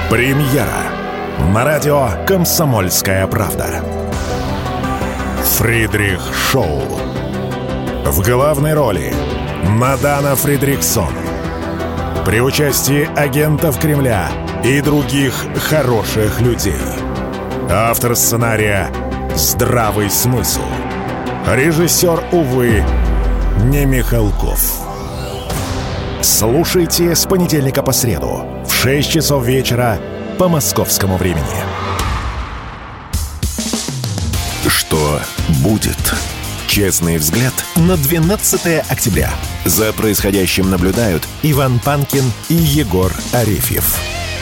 Премьера на радио «Комсомольская правда». Фридрих Шоу. В главной роли Мадана Фридриксон. При участии агентов Кремля и других хороших людей. Автор сценария «Здравый смысл». Режиссер, увы, не Михалков. Слушайте с понедельника по среду в 6 часов вечера по московскому времени. Что будет? Честный взгляд на 12 октября. За происходящим наблюдают Иван Панкин и Егор Арефьев.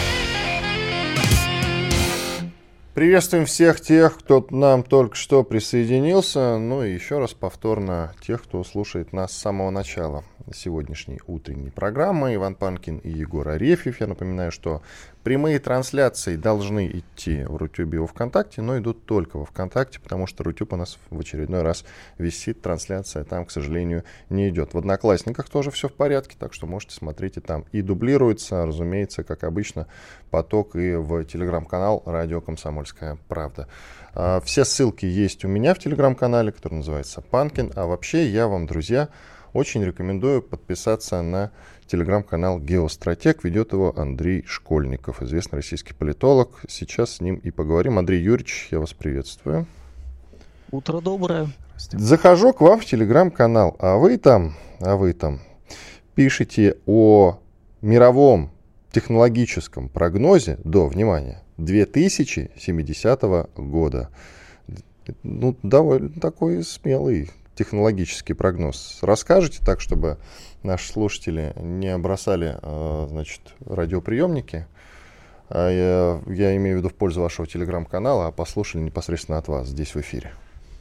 Приветствуем всех тех, кто к нам только что присоединился, ну и еще раз повторно тех, кто слушает нас с самого начала сегодняшней утренней программы. Иван Панкин и Егор Арефьев. Я напоминаю, что прямые трансляции должны идти в Рутюбе и во ВКонтакте, но идут только во ВКонтакте, потому что Рутюб у нас в очередной раз висит, трансляция там, к сожалению, не идет. В Одноклассниках тоже все в порядке, так что можете смотреть и там. И дублируется, разумеется, как обычно, поток и в телеграм-канал «Радио Комсомольская правда». Все ссылки есть у меня в телеграм-канале, который называется Панкин. А вообще я вам, друзья, очень рекомендую подписаться на телеграм-канал «Геостратег». Ведет его Андрей Школьников, известный российский политолог. Сейчас с ним и поговорим. Андрей Юрьевич, я вас приветствую. Утро доброе. Захожу к вам в телеграм-канал, а вы там пишете о мировом технологическом прогнозе до, внимания, 2070 года. Ну, довольно такой смелый технологический прогноз. Расскажете так, чтобы наши слушатели не бросали, радиоприемники? Я имею в виду в пользу вашего телеграм-канала, а послушали непосредственно от вас здесь в эфире.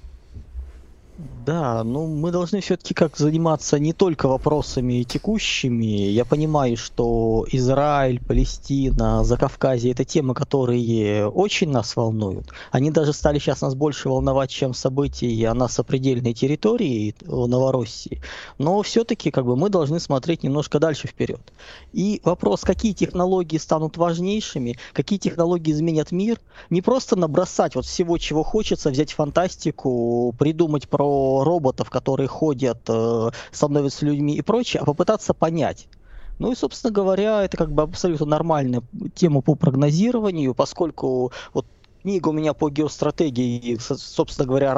Да, мы должны все-таки заниматься не только вопросами текущими. Я понимаю, что Израиль, Палестина, Закавказье — это темы, которые очень нас волнуют. Они даже стали сейчас нас больше волновать, чем события на сопредельной территории Новороссии. Но все-таки мы должны смотреть немножко дальше вперед. И вопрос, какие технологии станут важнейшими, какие технологии изменят мир, не просто набросать всего, чего хочется, взять фантастику, придумать про роботов, которые ходят, становятся людьми и прочее, а попытаться понять. Ну и, собственно говоря, это абсолютно нормальная тема по прогнозированию, поскольку книга у меня по геостратегии, собственно говоря,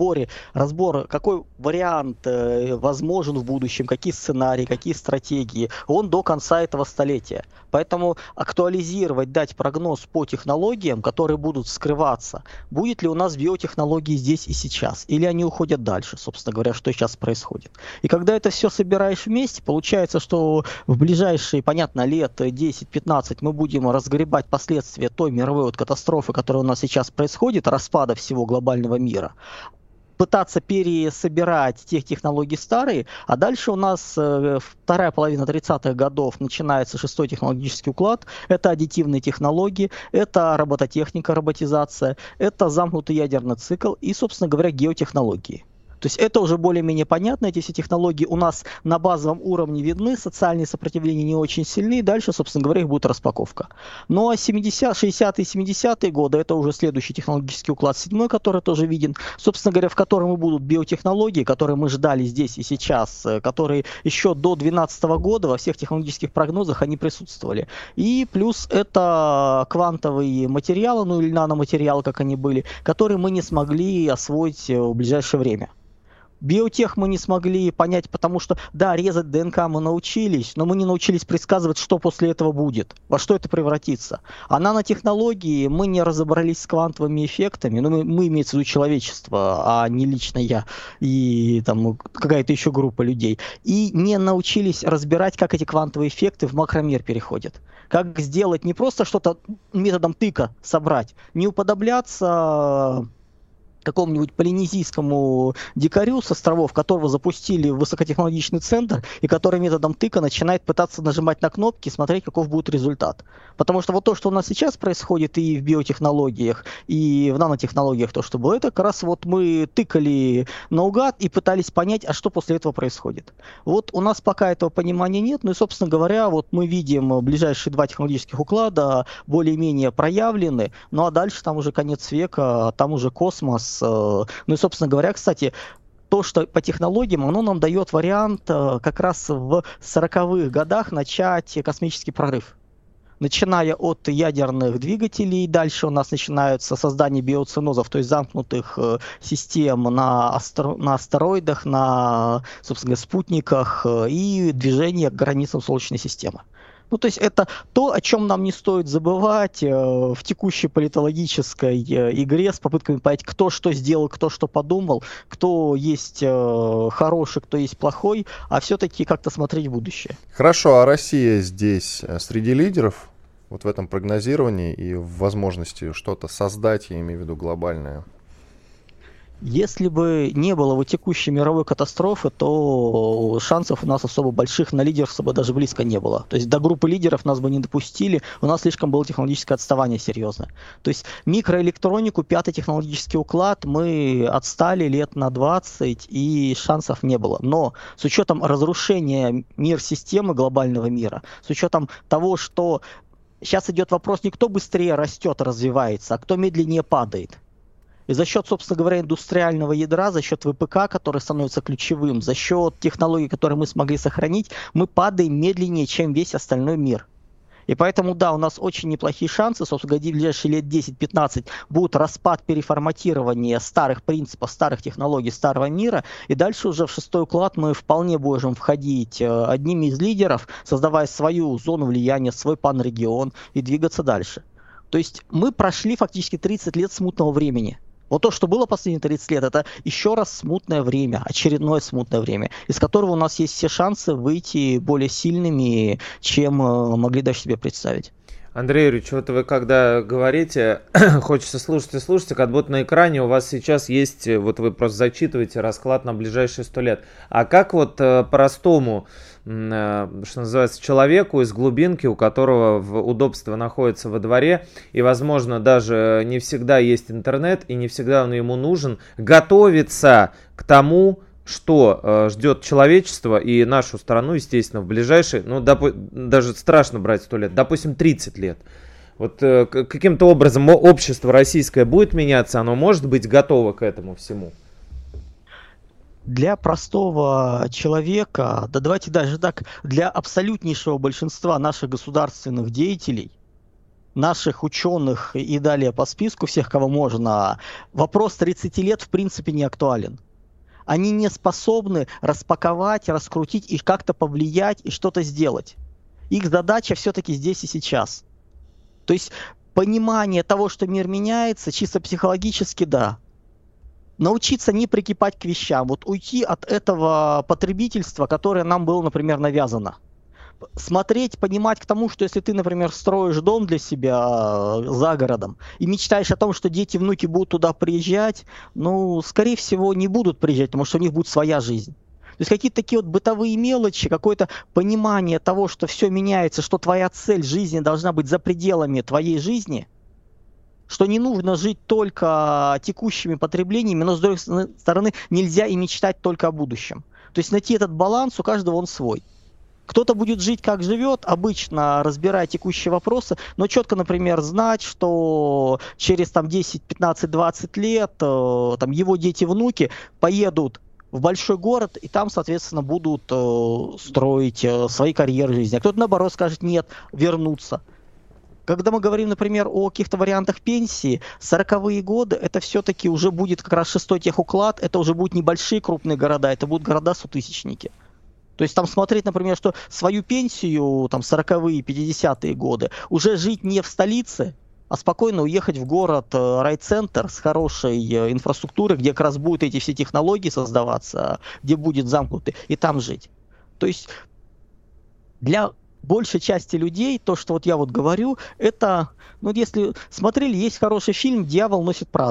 разбор, какой вариант возможен в будущем, какие сценарии, какие стратегии, он до конца этого столетия. Поэтому актуализировать, дать прогноз по технологиям, которые будут скрываться, будет ли у нас биотехнологии здесь и сейчас, или они уходят дальше, собственно говоря, что сейчас происходит. И когда это все собираешь вместе, получается, что в ближайшие, понятно, лет 10-15 мы будем разгребать последствия той мировой катастрофы, которая у нас сейчас происходит, распада всего глобального мира, пытаться пересобирать тех технологий старые, а дальше у нас вторая половина 30-х годов начинается 6-й технологический уклад, это аддитивные технологии, это робототехника, роботизация, это замкнутый ядерный цикл и, собственно говоря, геотехнологии. То есть это уже более-менее понятно, эти все технологии у нас на базовом уровне видны, социальные сопротивления не очень сильны, дальше, собственно говоря, их будет распаковка. Ну а 60-е, 70-е годы, это уже следующий технологический уклад 7, который тоже виден, собственно говоря, в котором и будут биотехнологии, которые мы ждали здесь и сейчас, которые еще до 2012 года во всех технологических прогнозах они присутствовали. И плюс это квантовые материалы, или наноматериалы, как они были, которые мы не смогли освоить в ближайшее время. Биотех мы не смогли понять, потому что, да, резать ДНК мы научились, но мы не научились предсказывать, что после этого будет, во что это превратится. А нанотехнологии мы не разобрались с квантовыми эффектами, мы имеется в виду человечество, а не лично я и какая-то еще группа людей, и не научились разбирать, как эти квантовые эффекты в макромир переходят. Как сделать не просто что-то методом тыка собрать, не уподобляться какому-нибудь полинезийскому дикарю с островов, которого запустили в высокотехнологичный центр, и который методом тыка начинает пытаться нажимать на кнопки и смотреть, каков будет результат. Потому что вот то, что у нас сейчас происходит и в биотехнологиях, и в нанотехнологиях, то, что было, это как раз вот мы тыкали наугад и пытались понять, а что после этого происходит. Вот у нас пока этого понимания нет, ну и, собственно говоря, вот мы видим ближайшие 2 технологических уклада более-менее проявлены, ну а дальше там уже конец века, там уже космос. Ну и, собственно говоря, кстати, то, что по технологиям, оно нам дает вариант как раз в 40-х годах начать космический прорыв. Начиная от ядерных двигателей, дальше у нас начинается создание биоценозов, то есть замкнутых систем на астероидах, на, собственно, спутниках и движение к границам Солнечной системы. Ну, то есть это то, о чем нам не стоит забывать в текущей политологической игре с попытками понять, кто что сделал, кто что подумал, кто есть хороший, кто есть плохой, а все-таки как-то смотреть в будущее. Хорошо, а Россия здесь среди лидеров вот в этом прогнозировании и в возможности что-то создать, я имею в виду глобальное? Если бы не было вот текущей мировой катастрофы, то шансов у нас особо больших на лидерство бы даже близко не было. То есть до группы лидеров нас бы не допустили, у нас слишком было технологическое отставание серьезное. То есть микроэлектронику, 5-й технологический уклад, мы отстали лет на 20, и шансов не было. Но с учетом разрушения мир-системы глобального мира, с учетом того, что сейчас идет вопрос не кто быстрее растет, развивается, а кто медленнее падает. И за счет, собственно говоря, индустриального ядра, за счет ВПК, который становится ключевым, за счет технологий, которые мы смогли сохранить, мы падаем медленнее, чем весь остальной мир. И поэтому, да, у нас очень неплохие шансы, собственно говоря, в ближайшие лет 10-15 будет распад, переформатирование старых принципов, старых технологий, старого мира, и дальше уже в 6-й уклад мы вполне можем входить одними из лидеров, создавая свою зону влияния, свой панрегион и двигаться дальше. То есть мы прошли фактически 30 лет смутного времени. Вот то, что было последние 30 лет, это еще раз смутное время, очередное смутное время, из которого у нас есть все шансы выйти более сильными, чем могли даже себе представить. Андрей Юрьевич, вот вы когда говорите, хочется слушать и слушать, как будто на экране у вас сейчас есть, вот вы просто зачитываете расклад на ближайшие 100 лет. А как вот простому, что называется, человеку из глубинки, у которого удобство находится во дворе, и, возможно, даже не всегда есть интернет, и не всегда он ему нужен, готовиться к тому, что ждет человечество и нашу страну, естественно, в ближайшие, ну, даже страшно брать 100 лет, допустим, 30 лет. Вот каким-то образом общество российское будет меняться, оно может быть готово к этому всему? Для простого человека, да давайте даже так, для абсолютнейшего большинства наших государственных деятелей, наших ученых и далее по списку всех, кого можно, вопрос 30 лет в принципе не актуален. Они не способны распаковать, раскрутить и как-то повлиять и что-то сделать. Их задача все-таки здесь и сейчас. То есть понимание того, что мир меняется, чисто психологически, да. Научиться не прикипать к вещам, вот уйти от этого потребительства, которое нам было, например, навязано. Смотреть, понимать к тому, что если ты, например, строишь дом для себя за городом и мечтаешь о том, что дети, внуки будут туда приезжать, ну, скорее всего, не будут приезжать, потому что у них будет своя жизнь. То есть какие-то такие вот бытовые мелочи, какое-то понимание того, что все меняется, что твоя цель жизни должна быть за пределами твоей жизни, что не нужно жить только текущими потреблениями, но с другой стороны нельзя и мечтать только о будущем. То есть найти этот баланс, у каждого он свой. Кто-то будет жить как живет, обычно разбирая текущие вопросы, но четко, например, знать, что через там, 10, 15, 20 лет там, его дети, внуки поедут в большой город и там, соответственно, будут строить свои карьеры жизни. А кто-то, наоборот, скажет, нет, вернуться. Когда мы говорим, например, о каких-то вариантах пенсии, 40-е годы это все-таки уже будет как раз 6-й техуклад, это уже будут небольшие крупные города, это будут города-сотысячники. То есть там смотреть, например, что свою пенсию, там 40-е, 50-е годы, уже жить не в столице, а спокойно уехать в город, райцентр с хорошей инфраструктурой, где как раз будут эти все технологии создаваться, где будет замкнутый, и там жить. То есть для большей части людей, то, что вот я вот говорю, это, ну если смотрели, есть хороший фильм «Дьявол носит Прада».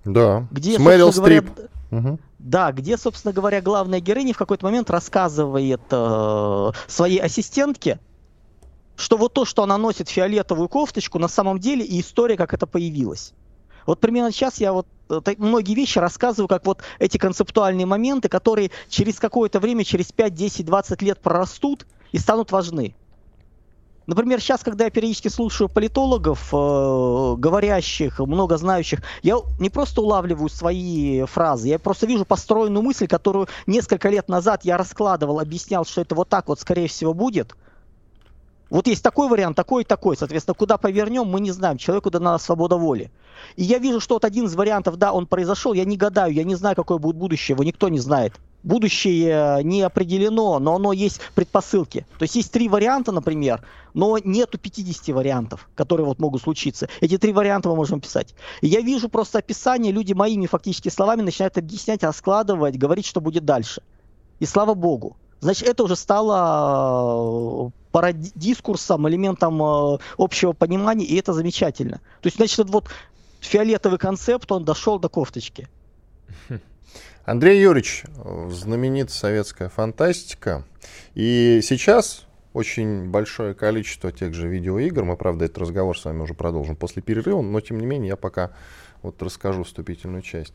Да, где, с Мэрил собственно Стрип. говоря, да, где, собственно говоря, главная героиня в какой-то момент рассказывает своей ассистентке, что вот то, что она носит фиолетовую кофточку, на самом деле и история, как это появилось. Вот примерно сейчас я вот многие вещи рассказываю, как вот эти концептуальные моменты, которые через какое-то время, через 5, 10, 20 лет прорастут и станут важны. Например, сейчас, когда я периодически слушаю политологов, говорящих, много знающих, я не просто улавливаю свои фразы, я просто вижу построенную мысль, которую несколько лет назад я раскладывал, объяснял, что это вот так вот, скорее всего, будет. Вот есть такой вариант, такой и такой. Соответственно, куда повернем, мы не знаем. Человеку дана свобода воли. И я вижу, что вот один из вариантов, да, он произошел, я не гадаю, я не знаю, какое будет будущее, его никто не знает. Будущее не определено, но оно есть предпосылки. То есть есть 3 варианта, например, но нету 50 вариантов, которые вот могут случиться. Эти 3 варианта мы можем писать. И я вижу просто описание, люди моими фактически словами начинают объяснять, раскладывать, говорить, что будет дальше. И слава богу. Значит, это уже стало дискурсом, элементом общего понимания, и это замечательно. То есть, значит, вот фиолетовый концепт, он дошел до кофточки. Андрей Юрьевич, знаменитая советская фантастика. И сейчас очень большое количество тех же видеоигр. Мы, правда, этот разговор с вами уже продолжим после перерыва, но, тем не менее, я пока вот расскажу вступительную часть.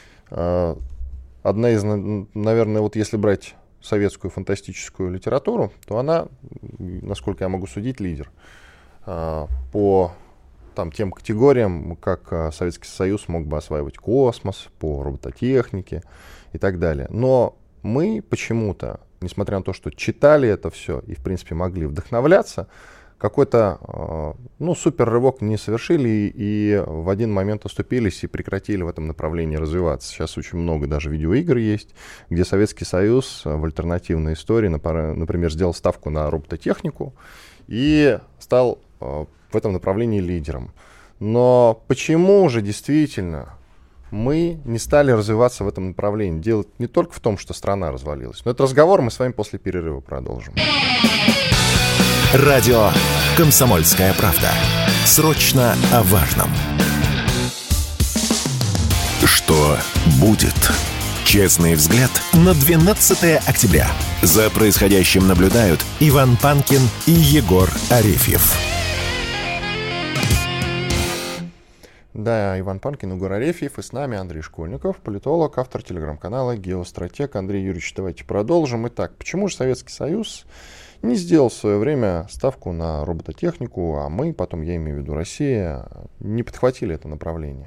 Одна из, наверное, вот если брать советскую фантастическую литературу, то она, насколько я могу судить, лидер по тем категориям, как Советский Союз мог бы осваивать космос, по робототехнике и так далее. Но мы почему-то, несмотря на то, что читали это все и, в принципе, могли вдохновляться, какой-то супер рывок не совершили и в один момент оступились и прекратили в этом направлении развиваться. Сейчас очень много даже видеоигр есть, где Советский Союз в альтернативной истории, например, сделал ставку на робототехнику и стал в этом направлении лидером. Но почему же действительно мы не стали развиваться в этом направлении? Дело не только в том, что страна развалилась, но этот разговор мы с вами после перерыва продолжим. Радио «Комсомольская правда». Срочно о важном. Что будет? Честный взгляд на 12 октября. За происходящим наблюдают Иван Панкин и Егор Арефьев. Да, Иван Панкин, Егор Арефьев, и с нами Андрей Школьников, политолог, автор телеграм-канала «Геостратег». Андрей Юрьевич, давайте продолжим. Итак, почему же Советский Союз не сделал в свое время ставку на робототехнику, а мы, потом, я имею в виду Россия, не подхватили это направление?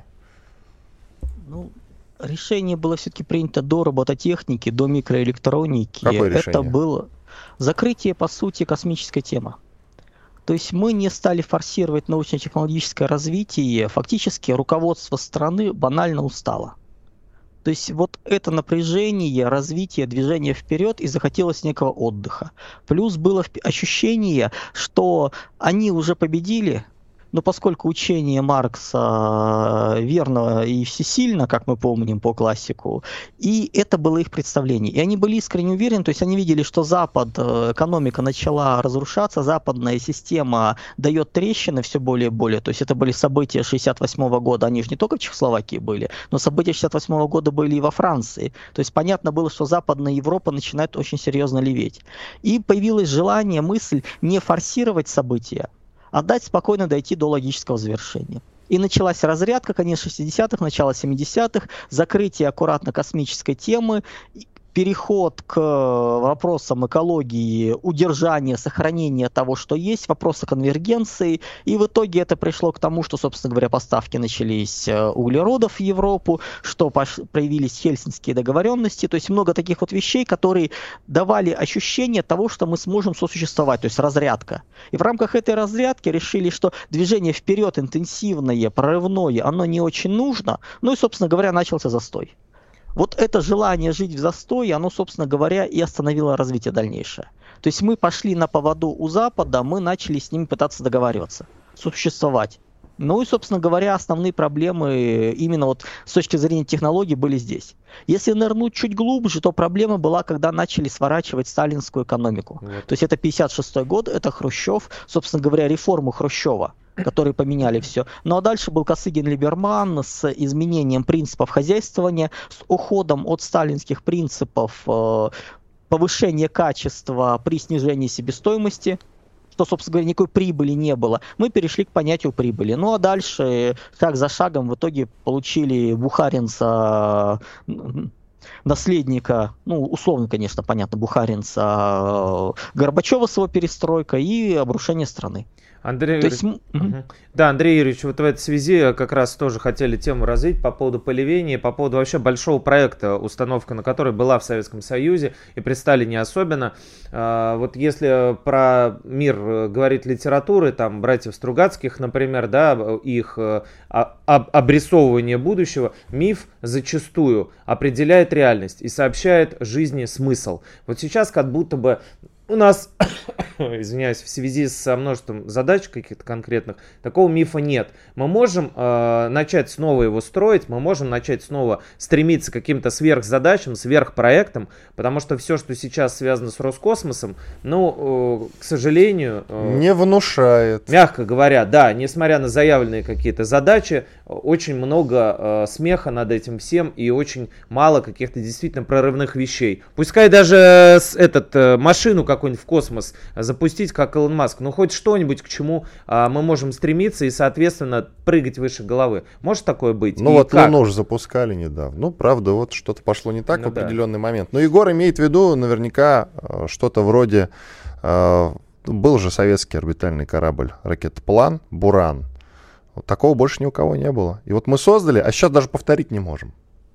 Решение было все-таки принято до робототехники, до микроэлектроники. Какое решение? Это было закрытие, по сути, космической темы. То есть мы не стали форсировать научно-технологическое развитие, фактически руководство страны банально устало. То есть вот это напряжение, развитие, движение вперед, и захотелось некого отдыха. Плюс было ощущение, что они уже победили, но поскольку учение Маркса верно и всесильно, как мы помним по классику, и это было их представление. И они были искренне уверены, то есть они видели, что Запад, экономика начала разрушаться, западная система дает трещины все более и более. То есть это были события 1968 года, они же не только в Чехословакии были, но события 1968 года были и во Франции. То есть понятно было, что Западная Европа начинает очень серьезно леветь. И появилось желание, мысль не форсировать события, а дать спокойно дойти до логического завершения. И началась разрядка, конец 60-х, начало 70-х, закрытие аккуратно космической темы, переход к вопросам экологии, удержания, сохранения того, что есть, вопросы конвергенции. И в итоге это пришло к тому, что, собственно говоря, поставки начались углеродов в Европу, что проявились Хельсинские договоренности. То есть много таких вот вещей, которые давали ощущение того, что мы сможем сосуществовать, то есть разрядка. И в рамках этой разрядки решили, что движение вперед интенсивное, прорывное, оно не очень нужно. Ну и, собственно говоря, начался застой. Вот это желание жить в застое, оно, собственно говоря, и остановило развитие дальнейшее. То есть мы пошли на поводу у Запада, мы начали с ними пытаться договариваться, существовать. Ну и, собственно говоря, основные проблемы именно вот с точки зрения технологий были здесь. Если нырнуть чуть глубже, то проблема была, когда начали сворачивать сталинскую экономику. То есть это 1956 год, это Хрущев, собственно говоря, реформу Хрущева. которые поменяли все. Ну а дальше был Косыгин-Либерман с изменением принципов хозяйствования, с уходом от сталинских принципов повышения качества при снижении себестоимости, что, собственно говоря, никакой прибыли не было. Мы перешли к понятию прибыли. Ну а дальше, шаг за шагом, в итоге получили бухаринца, наследника, ну, условно, конечно, понятно, бухаринца Горбачева с его перестройкой и обрушение страны. Андрей Юрьевич, да, Андрей Юрьевич, вот в этой связи как раз тоже хотели тему развить по поводу полевения, по поводу вообще большого проекта, установка на который была в Советском Союзе и при Сталине особенно. Вот если про мир говорит литературы, там, братьев Стругацких, например, да, их обрисовывание будущего, миф зачастую определяет реальность и сообщает жизни смысл. Вот сейчас как будто бы у нас, извиняюсь, в связи со множеством задач каких-то конкретных, такого мифа нет. Мы можем начать снова его строить, мы можем начать снова стремиться к каким-то сверхзадачам, сверхпроектам, потому что все, что сейчас связано с Роскосмосом, ну, к сожалению... не внушает. Мягко говоря, да, несмотря на заявленные какие-то задачи, очень много смеха над этим всем и очень мало каких-то действительно прорывных вещей. Пускай даже машину какую-нибудь в космос запустить, как Илон Маск, ну хоть что-нибудь, к чему мы можем стремиться и, соответственно, прыгать выше головы. Может такое быть? Ну вот Луну уже запускали недавно. Ну, правда, вот что-то пошло не так в определенный момент. Но Егор имеет в виду наверняка что-то вроде... был же советский орбитальный корабль ракетоплан «Буран». Вот такого больше ни у кого не было. И вот мы создали, а сейчас даже повторить не можем.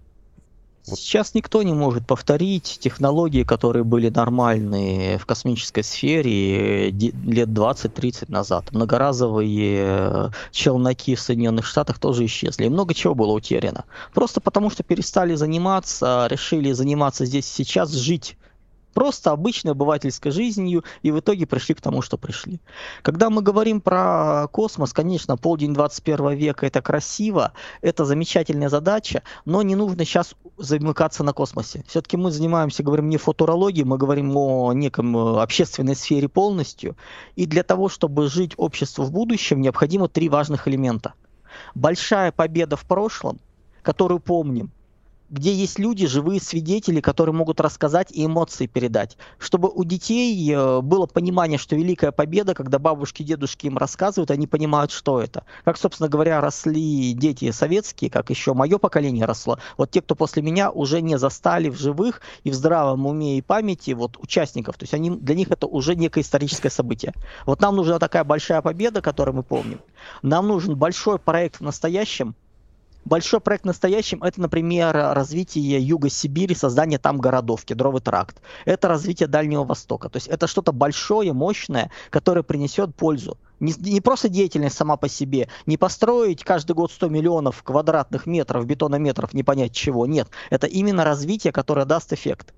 Сейчас никто не может повторить технологии, которые были нормальные в космической сфере лет 20-30 назад. Многоразовые челноки в Соединенных Штатах тоже исчезли. И много чего было утеряно. Просто потому, что перестали заниматься, решили заниматься здесь и сейчас, жить просто обычной обывательской жизнью, и в итоге пришли к тому, что пришли. Когда мы говорим про космос, конечно, полдень 21 века — это красиво, это замечательная задача, но не нужно сейчас замыкаться на космосе. Все-таки мы занимаемся, говорим, не футурологией, мы говорим о неком общественной сфере полностью, и для того, чтобы жить обществу в будущем, необходимо 3 важных элемента. Большая победа в прошлом, которую помним, где есть люди, живые свидетели, которые могут рассказать и эмоции передать. Чтобы у детей было понимание, что великая победа, когда бабушки и дедушки им рассказывают, они понимают, что это. Как, собственно говоря, росли дети советские, как еще мое поколение росло. Вот те, кто после меня, уже не застали в живых и в здравом уме и памяти вот участников. То есть для них это уже некое историческое событие. Вот нам нужна такая большая победа, которую мы помним. Нам нужен большой проект в настоящем. Большой проект в настоящем — это, например, развитие Юга Сибири, создание там городов, Кедровый тракт. Это развитие Дальнего Востока. То есть это что-то большое, мощное, которое принесет пользу. Не просто деятельность сама по себе, не построить каждый год 100 миллионов квадратных метров, бетонометров, не понять чего. Нет, это именно развитие, которое даст эффект.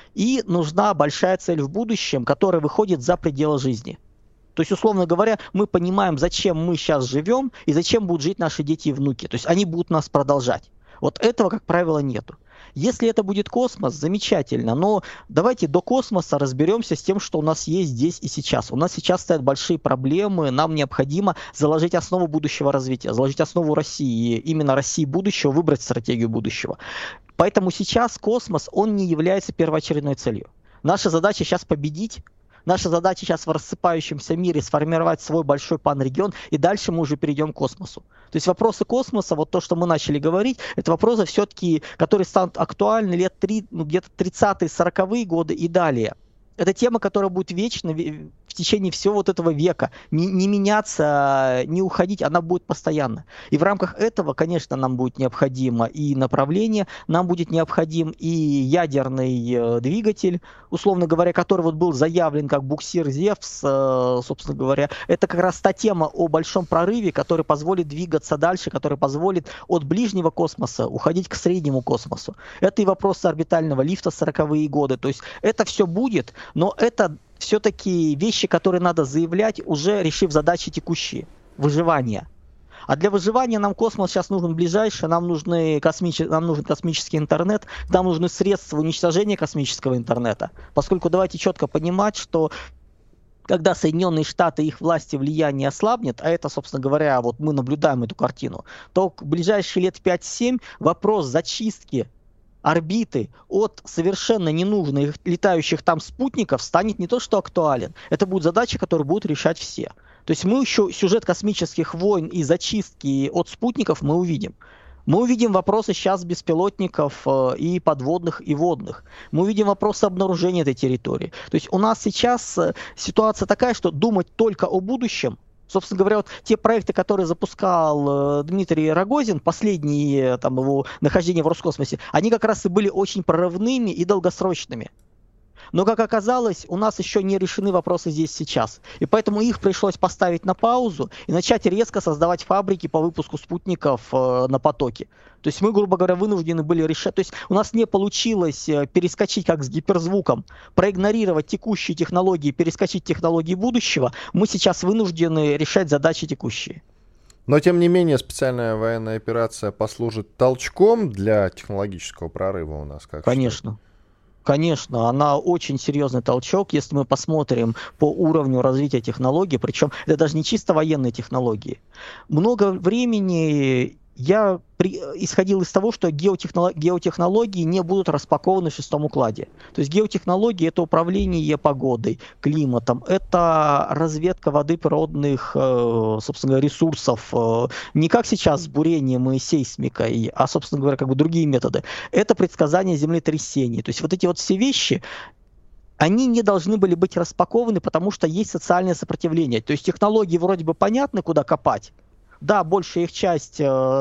И нужна большая цель в будущем, которая выходит за пределы жизни. То есть, условно говоря, мы понимаем, зачем мы сейчас живем и зачем будут жить наши дети и внуки. То есть они будут нас продолжать. Вот этого, как правило, нету. Если это будет космос, замечательно, но давайте до космоса разберемся с тем, что у нас есть здесь и сейчас. У нас сейчас стоят большие проблемы, нам необходимо заложить основу будущего развития, заложить основу России, именно России будущего, выбрать стратегию будущего. Поэтому сейчас космос, он не является первоочередной целью. Наша задача сейчас победить. Наша задача сейчас в рассыпающемся мире сформировать свой большой панрегион, и дальше мы уже перейдем к космосу. То есть вопросы космоса, вот то, что мы начали говорить, это вопросы все-таки, которые станут актуальны лет где-то 30-е, 40-е годы и далее. Это тема, которая будет вечно в течение всего вот этого века. Не меняться, не уходить, она будет постоянно. И в рамках этого, конечно, нам будет необходимо и направление, нам будет необходим и ядерный двигатель, условно говоря, который вот был заявлен как буксир Зевс, собственно говоря. Это как раз та тема о большом прорыве, который позволит двигаться дальше, который позволит от ближнего космоса уходить к среднему космосу. Это и вопросы орбитального лифта 40-е годы. То есть это все будет, но это все-таки вещи, которые надо заявлять, уже решив задачи текущие, выживания. А для выживания нам космос сейчас нужен ближайший, нам нужен космический интернет, нам нужны средства уничтожения космического интернета. Поскольку давайте четко понимать, что когда Соединенные Штаты, их власти, влияние ослабнет, а это, собственно говоря, вот мы наблюдаем эту картину, то в ближайшие лет 5-7 вопрос зачистки орбиты от совершенно ненужных летающих там спутников станет не то что актуален, это будет задача, которую будут решать все. То есть мы еще сюжет космических войн и зачистки от спутников мы увидим. Мы увидим вопросы сейчас беспилотников и подводных, и водных. Мы увидим вопросы обнаружения этой территории. То есть у нас сейчас ситуация такая, что думать только о будущем. Собственно говоря, вот те проекты, которые запускал Дмитрий Рогозин, последние там, его нахождения в Роскосмосе, они как раз и были очень прорывными и долгосрочными. Но, как оказалось, у нас еще не решены вопросы здесь сейчас. И поэтому их пришлось поставить на паузу и начать резко создавать фабрики по выпуску спутников на потоке. То есть мы, грубо говоря, вынуждены были решать. То есть у нас не получилось перескочить как с гиперзвуком, проигнорировать текущие технологии, перескочить технологии будущего. Мы сейчас вынуждены решать задачи текущие. Но, тем не менее, специальная военная операция послужит толчком для технологического прорыва у нас, как Конечно. Что? Конечно, она очень серьезный толчок, если мы посмотрим по уровню развития технологий, причем это даже не чисто военные технологии. Много времени я исходил из того, что геотехнологии не будут распакованы в шестом укладе. То есть геотехнологии — это управление погодой, климатом, это разведка воды, природных, собственно говоря, ресурсов. Не как сейчас с бурением и сейсмикой, а, собственно говоря, как бы другие методы. Это предсказание землетрясений. То есть вот эти вот все вещи, они не должны были быть распакованы, потому что есть социальное сопротивление. То есть технологии вроде бы понятны, куда копать. Да, большая их часть,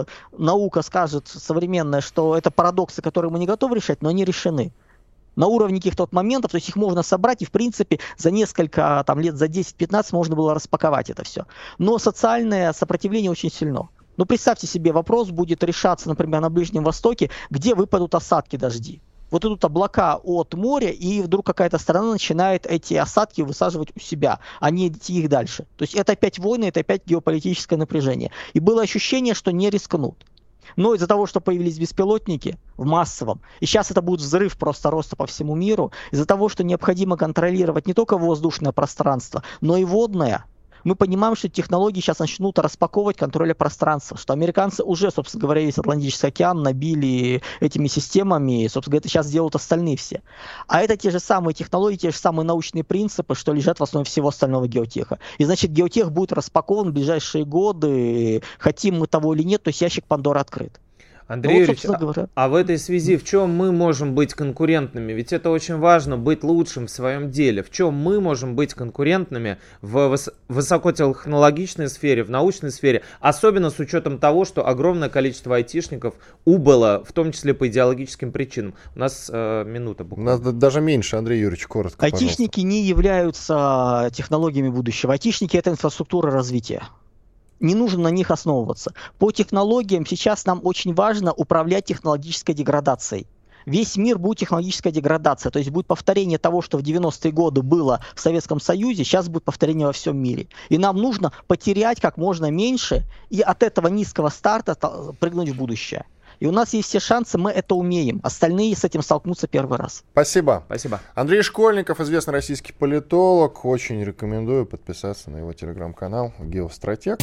наука скажет современная, что это парадоксы, которые мы не готовы решать, но они решены. На уровне каких-то моментов, то есть их можно собрать, и в принципе за несколько там, лет, за 10-15 можно было распаковать это все. Но социальное сопротивление очень сильно. Ну, представьте себе, вопрос будет решаться, например, на Ближнем Востоке, где выпадут осадки, дожди. Вот идут облака от моря, и вдруг какая-то страна начинает эти осадки высаживать у себя, а не идти их дальше. То есть это опять войны, это опять геополитическое напряжение. И было ощущение, что не рискнут. Но из-за того, что появились беспилотники в массовом, и сейчас это будет взрыв просто роста по всему миру, из-за того, что необходимо контролировать не только воздушное пространство, но и водное, мы понимаем, что технологии сейчас начнут распаковывать контроль пространства, что американцы уже, собственно говоря, весь Атлантический океан набили этими системами, и, собственно говоря, это сейчас делают остальные все. А это те же самые технологии, те же самые научные принципы, что лежат в основе всего остального геотеха. И значит, геотех будет распакован в ближайшие годы, хотим мы того или нет, то есть ящик Пандоры открыт. Андрей Юрьевич, а в этой связи в чем мы можем быть конкурентными? Ведь это очень важно, быть лучшим в своем деле. В чем мы можем быть конкурентными в высокотехнологичной сфере, в научной сфере, особенно с учетом того, что огромное количество айтишников убыло, в том числе по идеологическим причинам. У нас минута буквально. У нас даже меньше, Андрей Юрьевич, коротко, айтишники не являются технологиями будущего. Айтишники — это инфраструктура развития. Не нужно на них основываться. По технологиям сейчас нам очень важно управлять технологической деградацией. Весь мир будет технологическая деградация, то есть будет повторение того, что в 90-е годы было в Советском Союзе, сейчас будет повторение во всем мире. И нам нужно потерять как можно меньше и от этого низкого старта прыгнуть в будущее. И у нас есть все шансы, мы это умеем. Остальные с этим столкнутся первый раз. Спасибо. Спасибо. Андрей Школьников, известный российский политолог. Очень рекомендую подписаться на его телеграм-канал «Геостратег».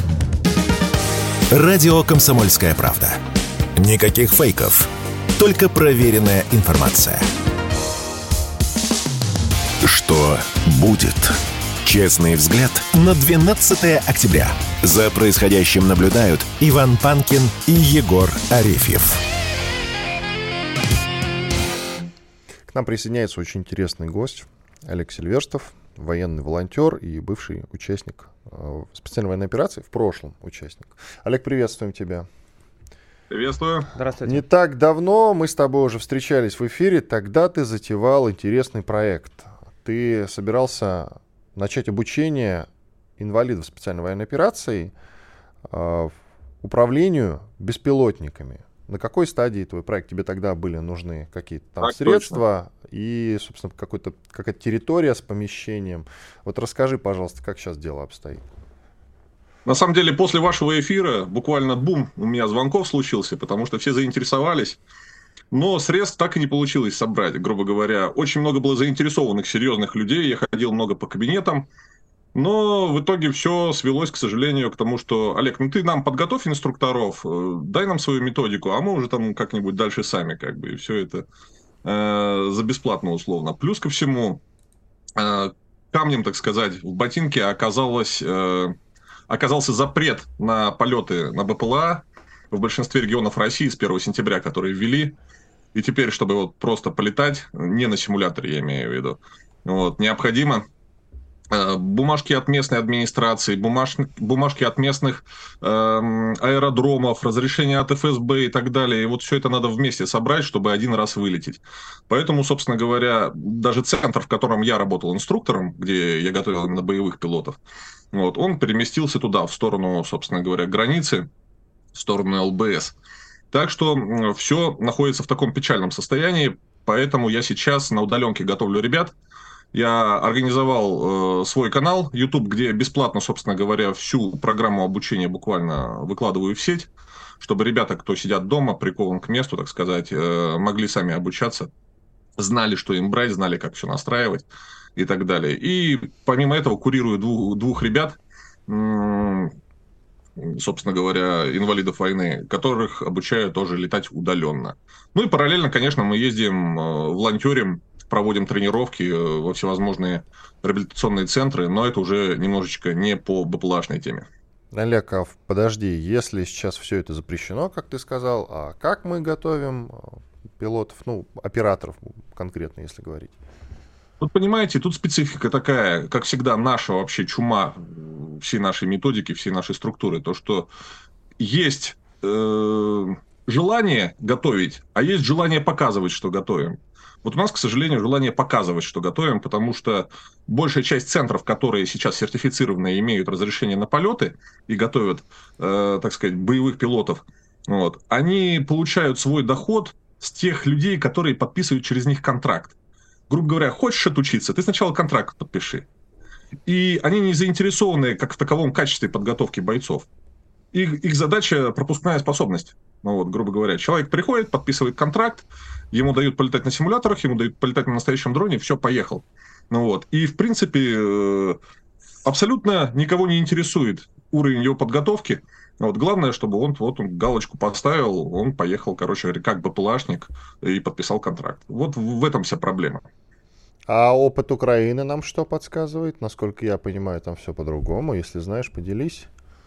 Радио «Комсомольская правда». Никаких фейков, только проверенная информация. Что будет? Честный взгляд на 12 октября. За происходящим наблюдают Иван Панкин и Егор Арефьев. К нам присоединяется очень интересный гость Олег Сильверстов, военный волонтер и бывший участник специальной военной операции, в прошлом участник. Олег, приветствуем тебя. Приветствую. Здравствуйте. Не так давно мы с тобой уже встречались в эфире, тогда ты затевал интересный проект. Ты собирался начать обучение инвалидов специальной военной операции управлению беспилотниками. На какой стадии твой проект? Тебе тогда были нужны какие-то там средства и, собственно, какая-то территория с помещением. Вот расскажи, пожалуйста, как сейчас дело обстоит. На самом деле, после вашего эфира буквально бум у меня звонков случился, потому что все заинтересовались. Но средств так и не получилось собрать, грубо говоря. Очень много было заинтересованных, серьезных людей. Я ходил много по кабинетам. Но в итоге все свелось, к сожалению, к тому, что, Олег, ну ты нам подготовь инструкторов, дай нам свою методику, а мы уже там как-нибудь дальше сами, как бы, и все это за бесплатно условно. Плюс ко всему, камнем, так сказать, в ботинке оказался запрет на полеты на БПЛА в большинстве регионов России с 1 сентября, которые ввели. И теперь, чтобы вот просто полетать, не на симуляторе, я имею в виду, вот, необходимо бумажки от местной администрации, бумажки от местных аэродромов, разрешения от ФСБ и так далее. И вот все это надо вместе собрать, чтобы один раз вылететь. Поэтому, собственно говоря, даже центр, в котором я работал инструктором, где я готовил именно боевых пилотов, вот, он переместился туда, в сторону, собственно говоря, границы, в сторону ЛБС. Так что все находится в таком печальном состоянии, поэтому я сейчас на удаленке готовлю ребят. Я организовал свой канал YouTube, где бесплатно, собственно говоря, всю программу обучения буквально выкладываю в сеть, чтобы ребята, кто сидят дома, прикован к месту, так сказать, могли сами обучаться, знали, что им брать, знали, как все настраивать и так далее. И помимо этого курирую двух ребят, собственно говоря, инвалидов войны, которых обучаю тоже летать удаленно. Ну и параллельно, конечно, мы ездим, волонтерим, проводим тренировки во всевозможные реабилитационные центры, но это уже немножечко не по БПЛАшной теме. Олег, подожди, если сейчас все это запрещено, как ты сказал, а как мы готовим пилотов, ну, операторов конкретно, если говорить? Вот понимаете, тут специфика такая, как всегда, наша вообще чума всей нашей методики, всей нашей структуры, то, что есть желание готовить, а есть желание показывать, что готовим. Вот у нас, к сожалению, желание показывать, что готовим, потому что большая часть центров, которые сейчас сертифицированы и имеют разрешение на полеты и готовят, так сказать, боевых пилотов, вот, они получают свой доход с тех людей, которые подписывают через них контракт. Грубо говоря, хочешь отучиться, ты сначала контракт подпиши. И они не заинтересованы как в таковом качестве подготовки бойцов. Их задача пропускная способность. Ну вот, грубо говоря, человек приходит, подписывает контракт, ему дают полетать на симуляторах, ему дают полетать на настоящем дроне, все, поехал. Ну вот. И, в принципе, абсолютно никого не интересует уровень его подготовки. Вот. Главное, чтобы он галочку поставил, он поехал, короче говоря, как БПЛАшник и подписал контракт. Вот в этом вся проблема. А опыт Украины нам что подсказывает? Насколько я понимаю, там все по-другому. Если знаешь, поделись.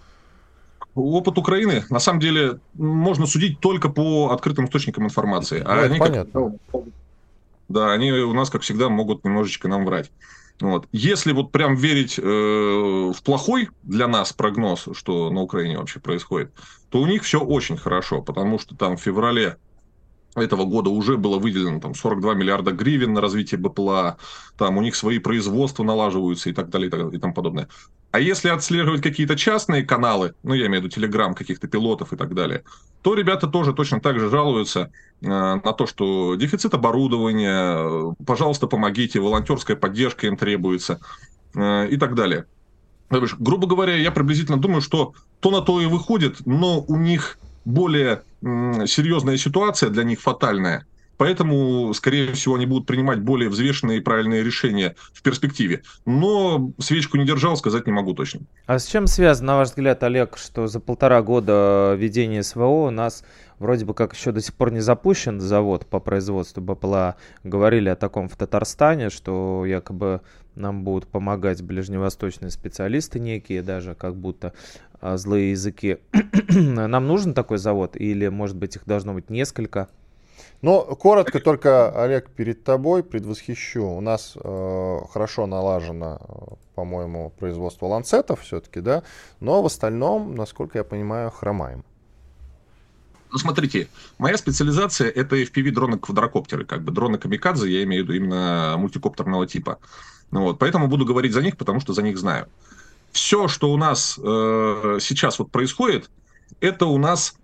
Опыт Украины, на самом деле, можно судить только по открытым источникам информации. Ну, это понятно. Да, они у нас, как всегда, могут немножечко нам врать. Вот. Если вот прям верить в плохой для нас прогноз, что на Украине вообще происходит, то у них все очень хорошо, потому что там в феврале этого года уже было выделено там 42 миллиарда гривен на развитие БПЛА, там у них свои производства налаживаются и так далее и тому подобное. А если отслеживать какие-то частные каналы, ну я имею в виду Телеграм каких-то пилотов и так далее, то ребята тоже точно так же жалуются на то, что дефицит оборудования, пожалуйста, помогите, волонтерская поддержка им требуется и так далее. Грубо говоря, я приблизительно думаю, что то на то и выходит, но у них более серьезная ситуация, для них фатальная. Поэтому, скорее всего, они будут принимать более взвешенные и правильные решения в перспективе. Но свечку не держал, сказать не могу точно. А с чем связано, на ваш взгляд, Олег, что за 1,5 года ведения СВО у нас вроде бы как еще до сих пор не запущен завод по производству БПЛА? Говорили о таком в Татарстане, что якобы нам будут помогать ближневосточные специалисты некие, даже как будто злые языки. Нам нужен такой завод или, может быть, их должно быть несколько? Но коротко только, Олег, перед тобой предвосхищу. У нас хорошо налажено, по-моему, производство ланцетов все-таки, да? Но в остальном, насколько я понимаю, хромаем. Ну, смотрите, моя специализация — это FPV-дроны-квадрокоптеры, как бы дроны-камикадзе, я имею в виду именно мультикоптерного типа. Вот, поэтому буду говорить за них, потому что за них знаю. Все, что у нас сейчас вот происходит, это у нас,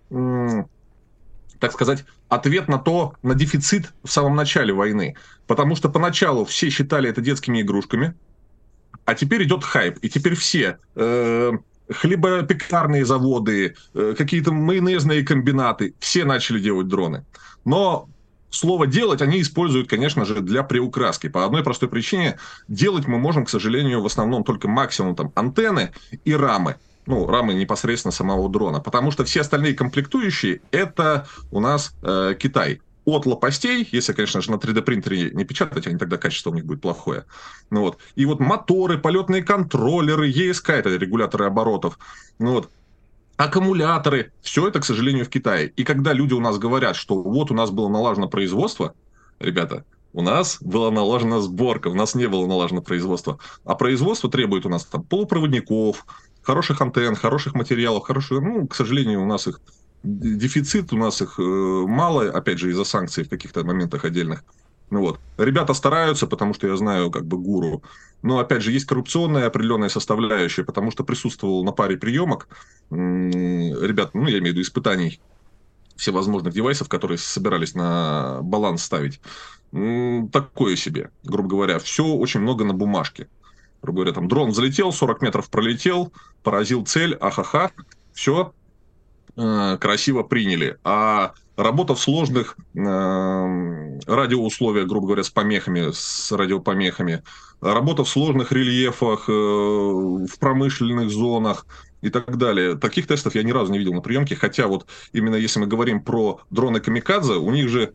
так сказать, ответ на дефицит в самом начале войны. Потому что поначалу все считали это детскими игрушками, а теперь идет хайп, и теперь все хлебопекарные заводы, какие-то майонезные комбинаты, все начали делать дроны. Но слово «делать» они используют, конечно же, для приукраски. По одной простой причине: делать мы можем, к сожалению, в основном только максимум там антенны и рамы. Ну, рамы непосредственно самого дрона. Потому что все остальные комплектующие – это у нас Китай. От лопастей, если, конечно же, на 3D-принтере не печатать, они тогда качество у них будет плохое. Ну, вот. И вот моторы, полетные контроллеры, ЕСК – это регуляторы оборотов. Ну, вот. Аккумуляторы, все это, к сожалению, в Китае. И когда люди у нас говорят, что вот у нас было налажено производство, ребята, у нас была налажена сборка, у нас не было налажено производство. А производство требует у нас там полупроводников, хороших антенн, хороших материалов, к сожалению, у нас их дефицит, у нас их мало, опять же, из-за санкций в каких-то моментах отдельных. Ну вот. Ребята стараются, потому что я знаю как бы гуру. Но, опять же, есть коррупционная определенная составляющая, потому что присутствовал на паре приемок ребят, я имею в виду испытаний всевозможных девайсов, которые собирались на баланс ставить. Такое себе, грубо говоря. Все очень много на бумажке. Грубо говоря, там дрон взлетел, 40 метров пролетел, поразил цель, ахаха, все красиво приняли. А работа в сложных радиоусловиях, грубо говоря, с помехами, с радиопомехами, работа в сложных рельефах, в промышленных зонах и так далее. Таких тестов я ни разу не видел на приемке, хотя вот именно если мы говорим про дроны камикадзе, у них же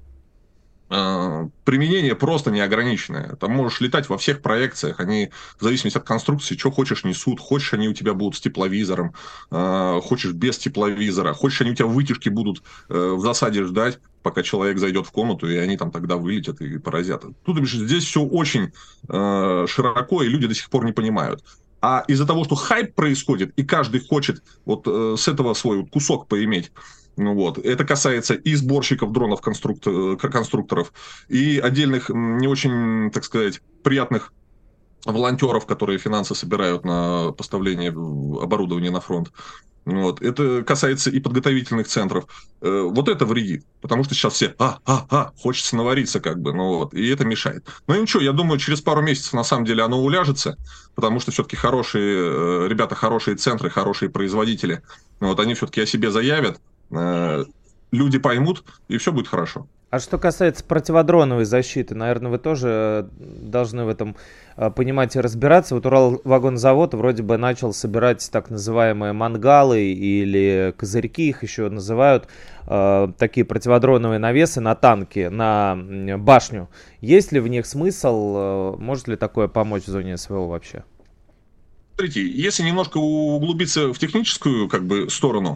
применение просто неограниченное. Там можешь летать во всех проекциях, они в зависимости от конструкции, что хочешь несут, хочешь они у тебя будут с тепловизором, хочешь без тепловизора, хочешь они у тебя в вытяжке будут в засаде ждать, пока человек зайдет в комнату, и они там тогда вылетят и поразят. Тут здесь все очень широко, и люди до сих пор не понимают. А из-за того, что хайп происходит, и каждый хочет вот с этого свой кусок поиметь, это касается и сборщиков дронов, конструкторов, и отдельных не очень, так сказать, приятных волонтеров, которые финансы собирают на поставление оборудования на фронт. Это касается и подготовительных центров. Вот это вредит, потому что сейчас все хочется навариться как бы, и это мешает. Но ничего, я думаю, через пару месяцев на самом деле оно уляжется, потому что все-таки хорошие ребята, хорошие центры, хорошие производители, они все-таки о себе заявят, люди поймут, и все будет хорошо. А что касается противодроновой защиты, наверное, вы тоже должны в этом понимать и разбираться. Вот Уралвагонзавод вроде бы начал собирать так называемые мангалы или козырьки, их еще называют, такие противодроновые навесы на танки, на башню. Есть ли в них смысл? Может ли такое помочь в зоне СВО вообще? Смотрите, если немножко углубиться в техническую сторону,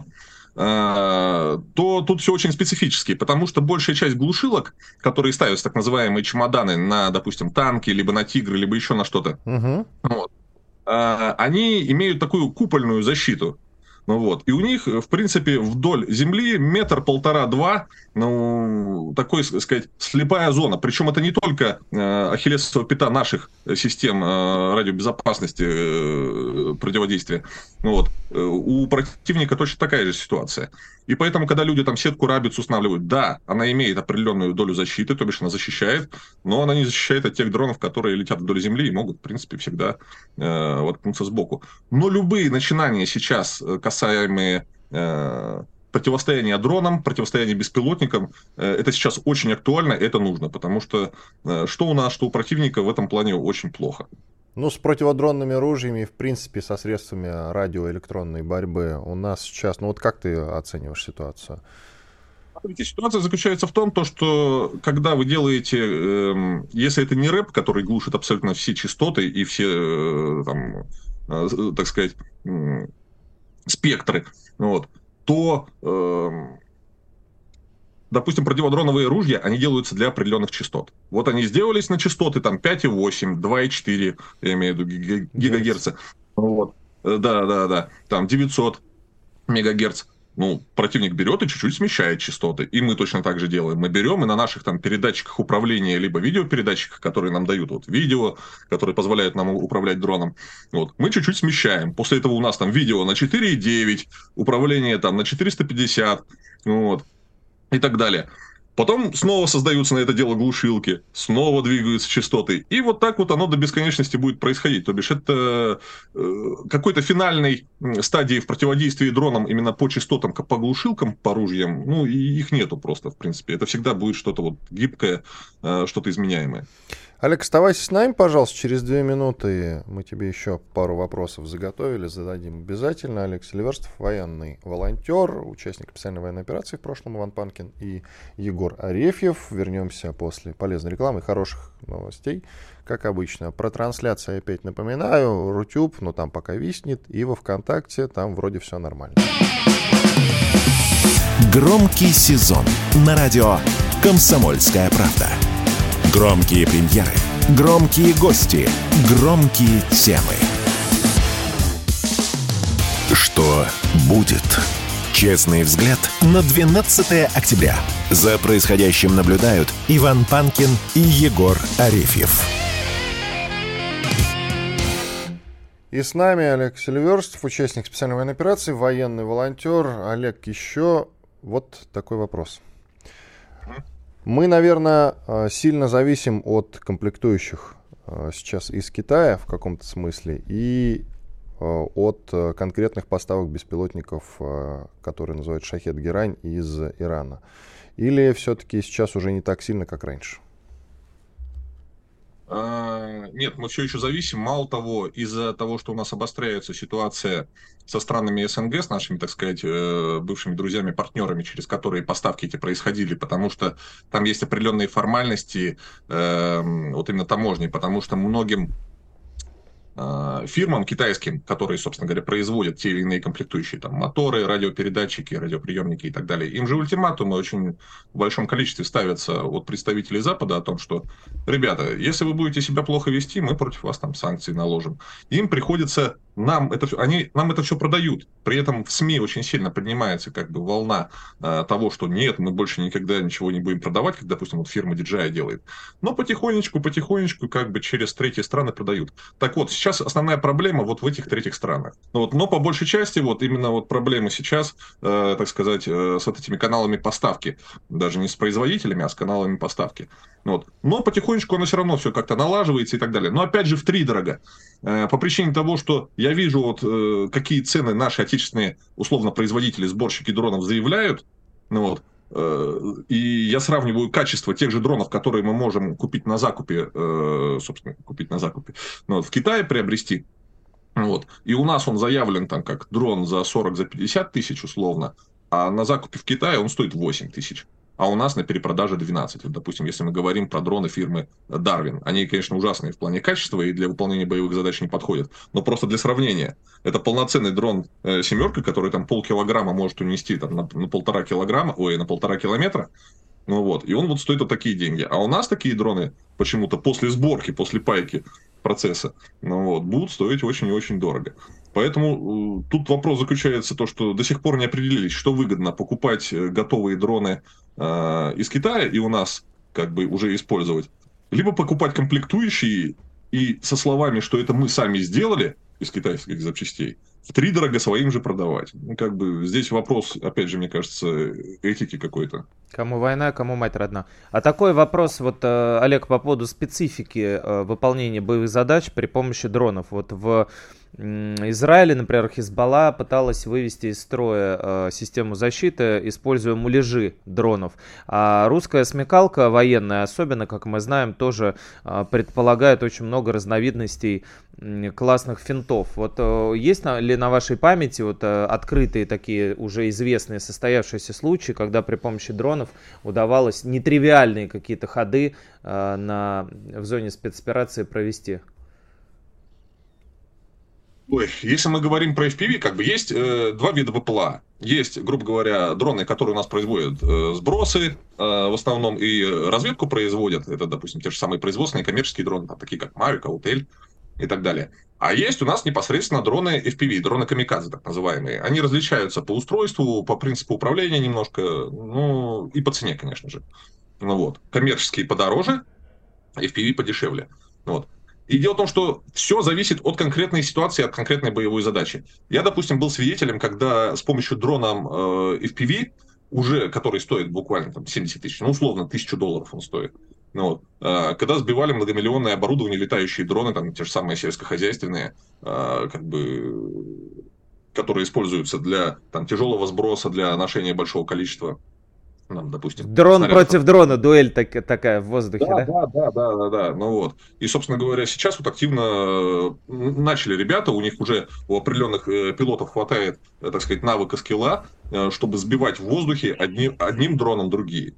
то тут все очень специфически, потому что большая часть глушилок, которые ставятся, так называемые чемоданы, на, допустим, танки, либо на тигры, либо еще на что-то, они имеют такую купольную защиту. И у них, в принципе, вдоль земли 1-1,5 метра, такой, сказать, слепая зона. Причем это не только ахиллесова пята наших систем радиобезопасности, противодействия. У противника точно такая же ситуация. И поэтому, когда люди там сетку рабиц устанавливают, да, она имеет определенную долю защиты, то бишь она защищает, но она не защищает от тех дронов, которые летят вдоль земли и могут, в принципе, всегда воткнуться сбоку. Но любые начинания сейчас, касаемые противостояния дронам, противостояния беспилотникам, это сейчас очень актуально, это нужно, потому что что у нас, что у противника в этом плане очень плохо. С противодронными ружьями, в принципе, со средствами радиоэлектронной борьбы у нас сейчас, как ты оцениваешь ситуацию? Ситуация заключается в том, что когда вы делаете, если это не рэп, который глушит абсолютно все частоты и все, так сказать, спектры, то, допустим, противодроновые ружья, они делаются для определенных частот. Они сделались на частоты 5,8, 2,4, я имею в виду гигагерца. Да, там 900 мегагерц. Противник берет и чуть-чуть смещает частоты. И мы точно так же делаем. Мы берем и на наших передатчиках управления, либо видеопередатчиках, которые нам дают видео, которые позволяют нам управлять дроном, мы чуть-чуть смещаем. После этого у нас видео на 4,9, управление на 450, и так далее. Потом снова создаются на это дело глушилки, снова двигаются частоты. И вот так вот оно до бесконечности будет происходить. То бишь это какой-то финальной стадии в противодействии дронам именно по частотам, по глушилкам, по ружьям, ну, и их нету просто, в принципе. Это всегда будет что-то вот гибкое, что-то изменяемое. Олег, оставайся с нами, пожалуйста, через 2 минуты мы тебе еще пару вопросов заготовили, зададим обязательно. Олег Селиверстов, военный волонтер, участник специальной военной операции в прошлом, Иван Панкин и Егор Арефьев. Вернемся после полезной рекламы и хороших новостей, как обычно. Про трансляции опять напоминаю, Рутюб, но там пока виснет, и во ВКонтакте, там вроде все нормально. Громкий сезон на радио «Комсомольская правда». Громкие премьеры, громкие гости, громкие темы. Что будет? Честный взгляд на 12 октября. За происходящим наблюдают Иван Панкин и Егор Арефьев. И с нами Олег Селиверстов, участник специальной военной операции, военный волонтер. Олег, еще вот такой вопрос. Мы, наверное, сильно зависим от комплектующих сейчас из Китая в каком-то смысле и от конкретных поставок беспилотников, которые называют «Шахед-Герань» из Ирана. Или все-таки сейчас уже не так сильно, как раньше? Нет, мы все еще зависим. Мало того, из-за того, что у нас обостряется ситуация со странами СНГ, с нашими, так сказать, бывшими друзьями, партнерами, через которые поставки эти происходили, потому что там есть определенные формальности, вот именно таможни, потому что многим фирмам китайским, которые, собственно говоря, производят те или иные комплектующие, там, моторы, радиопередатчики, радиоприемники и так далее, им же ультиматумы очень в большом количестве ставятся от представителей Запада о том, что, ребята, если вы будете себя плохо вести, мы против вас там санкции наложим. Им приходится, нам это все продают. При этом в СМИ очень сильно поднимается как бы волна того, что нет, мы больше никогда ничего не будем продавать, как, допустим, вот фирма DJI делает. Но потихонечку, как бы через третьи страны продают. Так вот, сейчас основная проблема вот в этих третьих странах. Но по большей части вот именно вот проблемы сейчас, так сказать, с вот этими каналами поставки. Даже не с производителями, а с каналами поставки. Вот. Но потихонечку оно все равно все как-то налаживается и так далее. Но опять же втридорога. По причине того, что я вижу, вот, какие цены наши отечественные, условно, производители, сборщики дронов заявляют. И я сравниваю качество тех же дронов, которые мы можем купить на закупе, в Китае приобрести. Вот. И у нас он заявлен там как дрон за 40-50 тысяч условно, а на закупе в Китае он стоит 8 тысяч. А у нас на перепродаже 12. Вот, допустим, если мы говорим про дроны фирмы Darwin. Они, конечно, ужасные в плане качества и для выполнения боевых задач не подходят. Но просто для сравнения. Это полноценный дрон «семерка», который там полкилограмма может унести там, на 1,5 килограмма, на 1,5 километра. И он вот стоит вот такие деньги. А у нас такие дроны почему-то после сборки, после пайки процесса, будут стоить очень и очень дорого. Поэтому тут вопрос заключается в том, что до сих пор не определились, что выгодно покупать готовые дроны из Китая и у нас как бы уже использовать, либо покупать комплектующие и со словами, что это мы сами сделали из китайских запчастей, втридорого своим же продавать. Как бы здесь вопрос, опять же, мне кажется, этики какой-то. Кому война, кому мать родна. А такой вопрос, вот, Олег, по поводу специфики выполнения боевых задач при помощи дронов. Вот в Израиле, например, Хизбалла пыталась вывести из строя систему защиты, используя муляжи дронов. А русская смекалка военная, особенно, как мы знаем, тоже предполагает очень много разновидностей классных финтов. Вот есть ли на вашей памяти вот открытые такие уже известные состоявшиеся случаи, когда при помощи дронов удавалось нетривиальные какие-то ходы в зоне спецоперации провести? Если мы говорим про FPV, как бы есть два вида БПЛА. Есть, грубо говоря, дроны, которые у нас производят сбросы в основном и разведку производят. Это, допустим, те же самые производственные коммерческие дроны, такие как Mavic, Autel и так далее. А есть у нас непосредственно дроны FPV, дроны камикадзе, так называемые. Они различаются по устройству, по принципу управления немножко, и по цене, конечно же. Коммерческие подороже, FPV подешевле. И дело в том, что все зависит от конкретной ситуации, от конкретной боевой задачи. Я, допустим, был свидетелем, когда с помощью дрона FPV уже, который стоит буквально там 70 тысяч, ну, условно, $1000 он стоит. Ну, вот. Когда сбивали многомиллионное оборудование, летающие дроны, там, те же самые сельскохозяйственные, как бы, которые используются для там, тяжелого сброса, для ношения большого количества, допустим, Дрон снарядов. против дрона, дуэль такая в воздухе, да? Да. Ну вот. И, собственно говоря, сейчас вот активно начали ребята, у них уже у определенных пилотов хватает, так сказать, навыка, скилла, чтобы сбивать в воздухе одним дроном другие.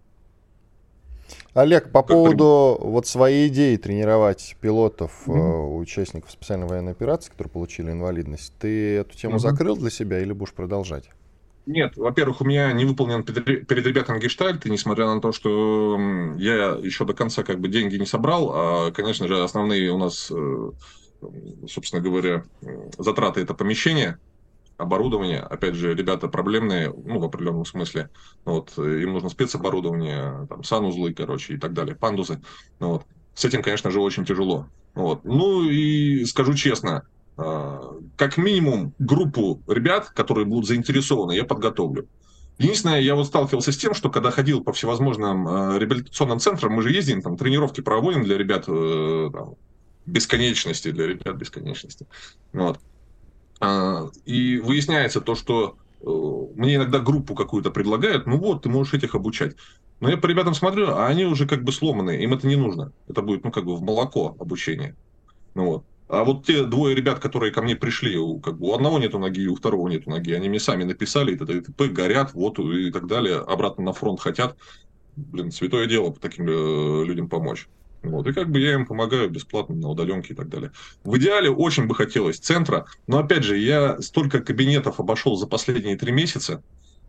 Олег, по поводу вот своей идеи тренировать пилотов, участников специальной военной операции, которые получили инвалидность, ты эту тему закрыл для себя или будешь продолжать? Нет, во-первых, у меня не выполнен перед ребятами гештальт, и несмотря на то, что я еще до конца как бы деньги не собрал, а, конечно же, основные у нас, собственно говоря, затраты — это помещение, оборудование. Опять же, ребята проблемные, ну, в определенном смысле. Вот, им нужно спецоборудование, там, санузлы, короче, и так далее, пандусы. Вот. С этим, конечно же, очень тяжело. Вот. Ну, и скажу честно, как минимум группу ребят, которые будут заинтересованы, я подготовлю. Единственное, я вот сталкивался с тем, что когда ходил по всевозможным реабилитационным центрам, мы же ездим, там, тренировки проводим для ребят там, бесконечности, для ребят бесконечности. Вот. И выясняется то, что мне иногда группу какую-то предлагают, ну вот, ты можешь этих обучать. Но я по ребятам смотрю, а они уже как бы сломанные, им это не нужно. Это будет, ну, как бы в молоко обучение. Ну, вот. А вот те двое ребят, которые ко мне пришли, как бы у одного нету ноги, у второго нету ноги, они мне сами написали, и т.д. горят, вот, и так далее, обратно на фронт хотят. Блин, святое дело таким людям помочь. Вот. И как бы я им помогаю бесплатно на удаленке и так далее. В идеале очень бы хотелось центра, но опять же, я столько кабинетов обошел за последние 3 месяца.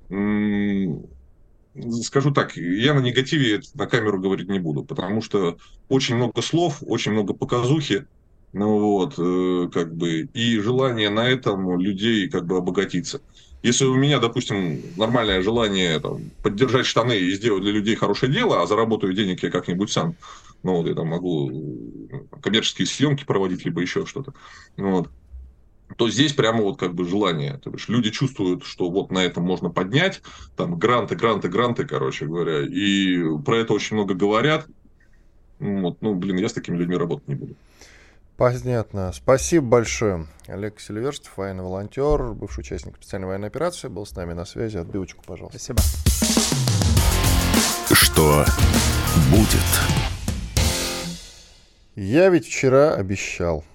Скажу так, я на негативе на камеру говорить не буду, потому что очень много слов, очень много показухи, ну вот, как бы, и желание на этом людей как бы обогатиться. Если у меня, допустим, нормальное желание там, поддержать штаны и сделать для людей хорошее дело, а заработаю денег я как-нибудь сам, ну вот, я там могу коммерческие съемки проводить, либо еще что-то, вот, то здесь прямо вот как бы желание. То есть люди чувствуют, что вот на этом можно поднять, там гранты, короче говоря, и про это очень много говорят. Вот, ну, блин, я с такими людьми работать не буду. Понятно. Спасибо большое. Олег Селиверстов, военный волонтер, бывший участник специальной военной операции, был с нами на связи. Отбивочку, пожалуйста. Спасибо. Что будет? Я ведь вчера обещал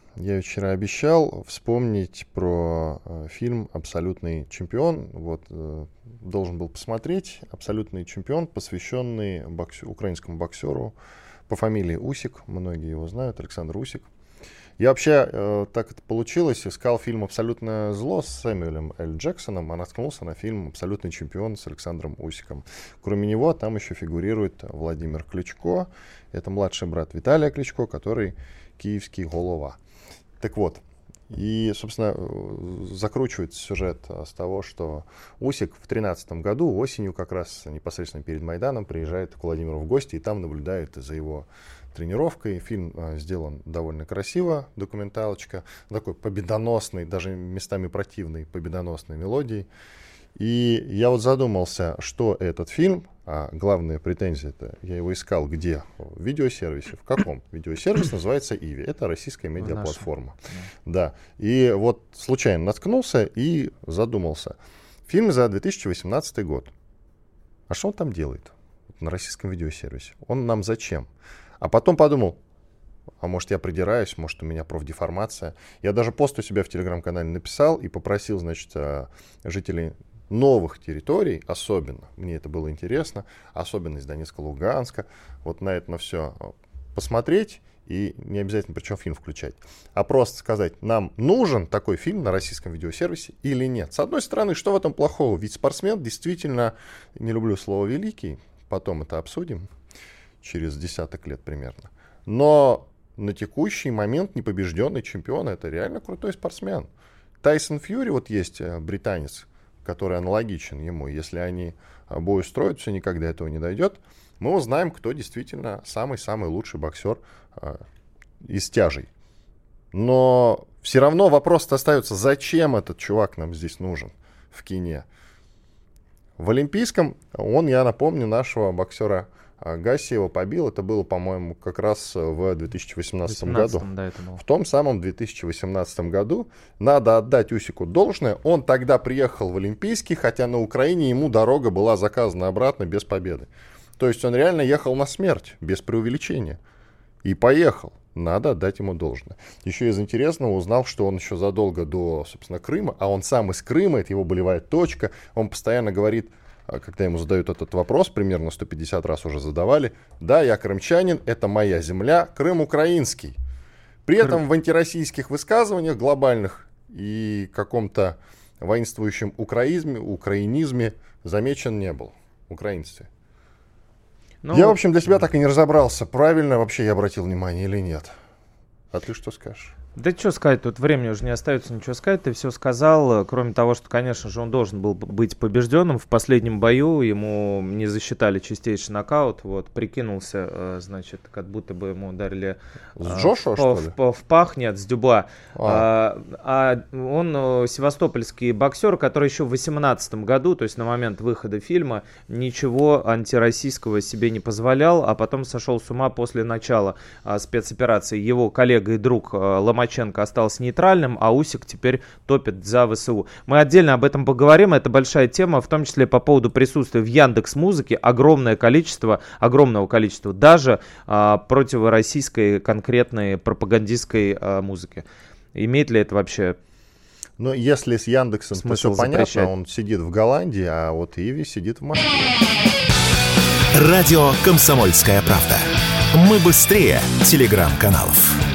вспомнить про фильм «Абсолютный чемпион». Вот, должен был посмотреть «Абсолютный чемпион», посвященный украинскому боксеру по фамилии Усик. Многие его знают, Александр Усик. Я вообще, так это получилось, искал фильм «Абсолютное зло» с Сэмюэлем Л. Джексоном, а наткнулся на фильм «Абсолютный чемпион» с Александром Усиком. Кроме него там еще фигурирует Владимир Кличко. Это младший брат Виталия Кличко, который киевский голова. Так вот, и, собственно, закручивается сюжет с того, что Усик в 2013 году осенью, как раз непосредственно перед Майданом, приезжает к Владимиру в гости и там наблюдает за его тренировкой. Фильм сделан довольно красиво, документалочка, такой победоносный, даже местами противной победоносной мелодией. И я вот задумался, что этот фильм, а главная претензия-то, я его искал где? В видеосервисе. В каком? Видеосервис называется Иви. Это российская медиаплатформа. Да. И вот случайно наткнулся и задумался. Фильм за 2018 год. А что он там делает на российском видеосервисе? Он нам зачем? А потом подумал, а может я придираюсь, может у меня профдеформация. Я даже пост у себя в телеграм-канале написал и попросил, значит, жителей новых территорий, особенно, мне это было интересно, особенно из Донецка, Луганска, вот на это на все посмотреть, и не обязательно причем фильм включать, а просто сказать, нам нужен такой фильм на российском видеосервисе или нет. С одной стороны, что в этом плохого? Ведь спортсмен действительно, не люблю слово великий, потом это обсудим, через десяток лет примерно, но на текущий момент непобежденный чемпион — это реально крутой спортсмен. Тайсон Фьюри, вот есть британец, который аналогичен ему. Если они бой устроят, все никак до этого не дойдет, мы узнаем, кто действительно самый-самый лучший боксер из тяжей. Но все равно вопрос остается, зачем этот чувак нам здесь нужен в кине? В Олимпийском я напомню, нашего боксера Гассиева побил. Это было, по-моему, как раз в 2018 году. Да, это было. В том самом 2018 году надо отдать Усику должное. Он тогда приехал в Олимпийский, хотя на Украине ему дорога была заказана обратно без победы. То есть он реально ехал на смерть, без преувеличения. И поехал. Надо отдать ему должное. Еще из интересного узнал, что он еще задолго до, собственно, Крыма, а он сам из Крыма, это его болевая точка, он постоянно говорит, когда ему задают этот вопрос, примерно 150 раз уже задавали, да, я крымчанин, это моя земля, Крым украинский. При этом в антироссийских высказываниях глобальных и каком-то воинствующем украинизме замечен не был. Украинстве. Я, в общем, для себя так и не разобрался, правильно вообще я обратил внимание или нет. А ты что скажешь? Да что сказать, тут времени уже не остается ничего сказать, ты все сказал, кроме того, что, конечно же, он должен был быть побежденным в последнем бою, ему не засчитали чистейший нокаут, вот, прикинулся, значит, как будто бы ему ударили с Джошуа, что ли? В пах, нет, с Дюбуа. Он севастопольский боксер, который еще в 2018 году, то есть на момент выхода фильма, ничего антироссийского себе не позволял, а потом сошел с ума после начала спецоперации. Его коллега и друг Ломаченко остался нейтральным, а Усик теперь топит за ВСУ. Мы отдельно об этом поговорим, это большая тема, в том числе по поводу присутствия в Яндекс.Музыке огромного количества, даже противороссийской конкретной пропагандистской музыки. Имеет ли это вообще Ну, если с Яндексом смысл все понятно, запрещать? он сидит в Голландии, а вот Иви сидит в Москве. Радио «Комсомольская правда». Мы быстрее телеграм-каналов.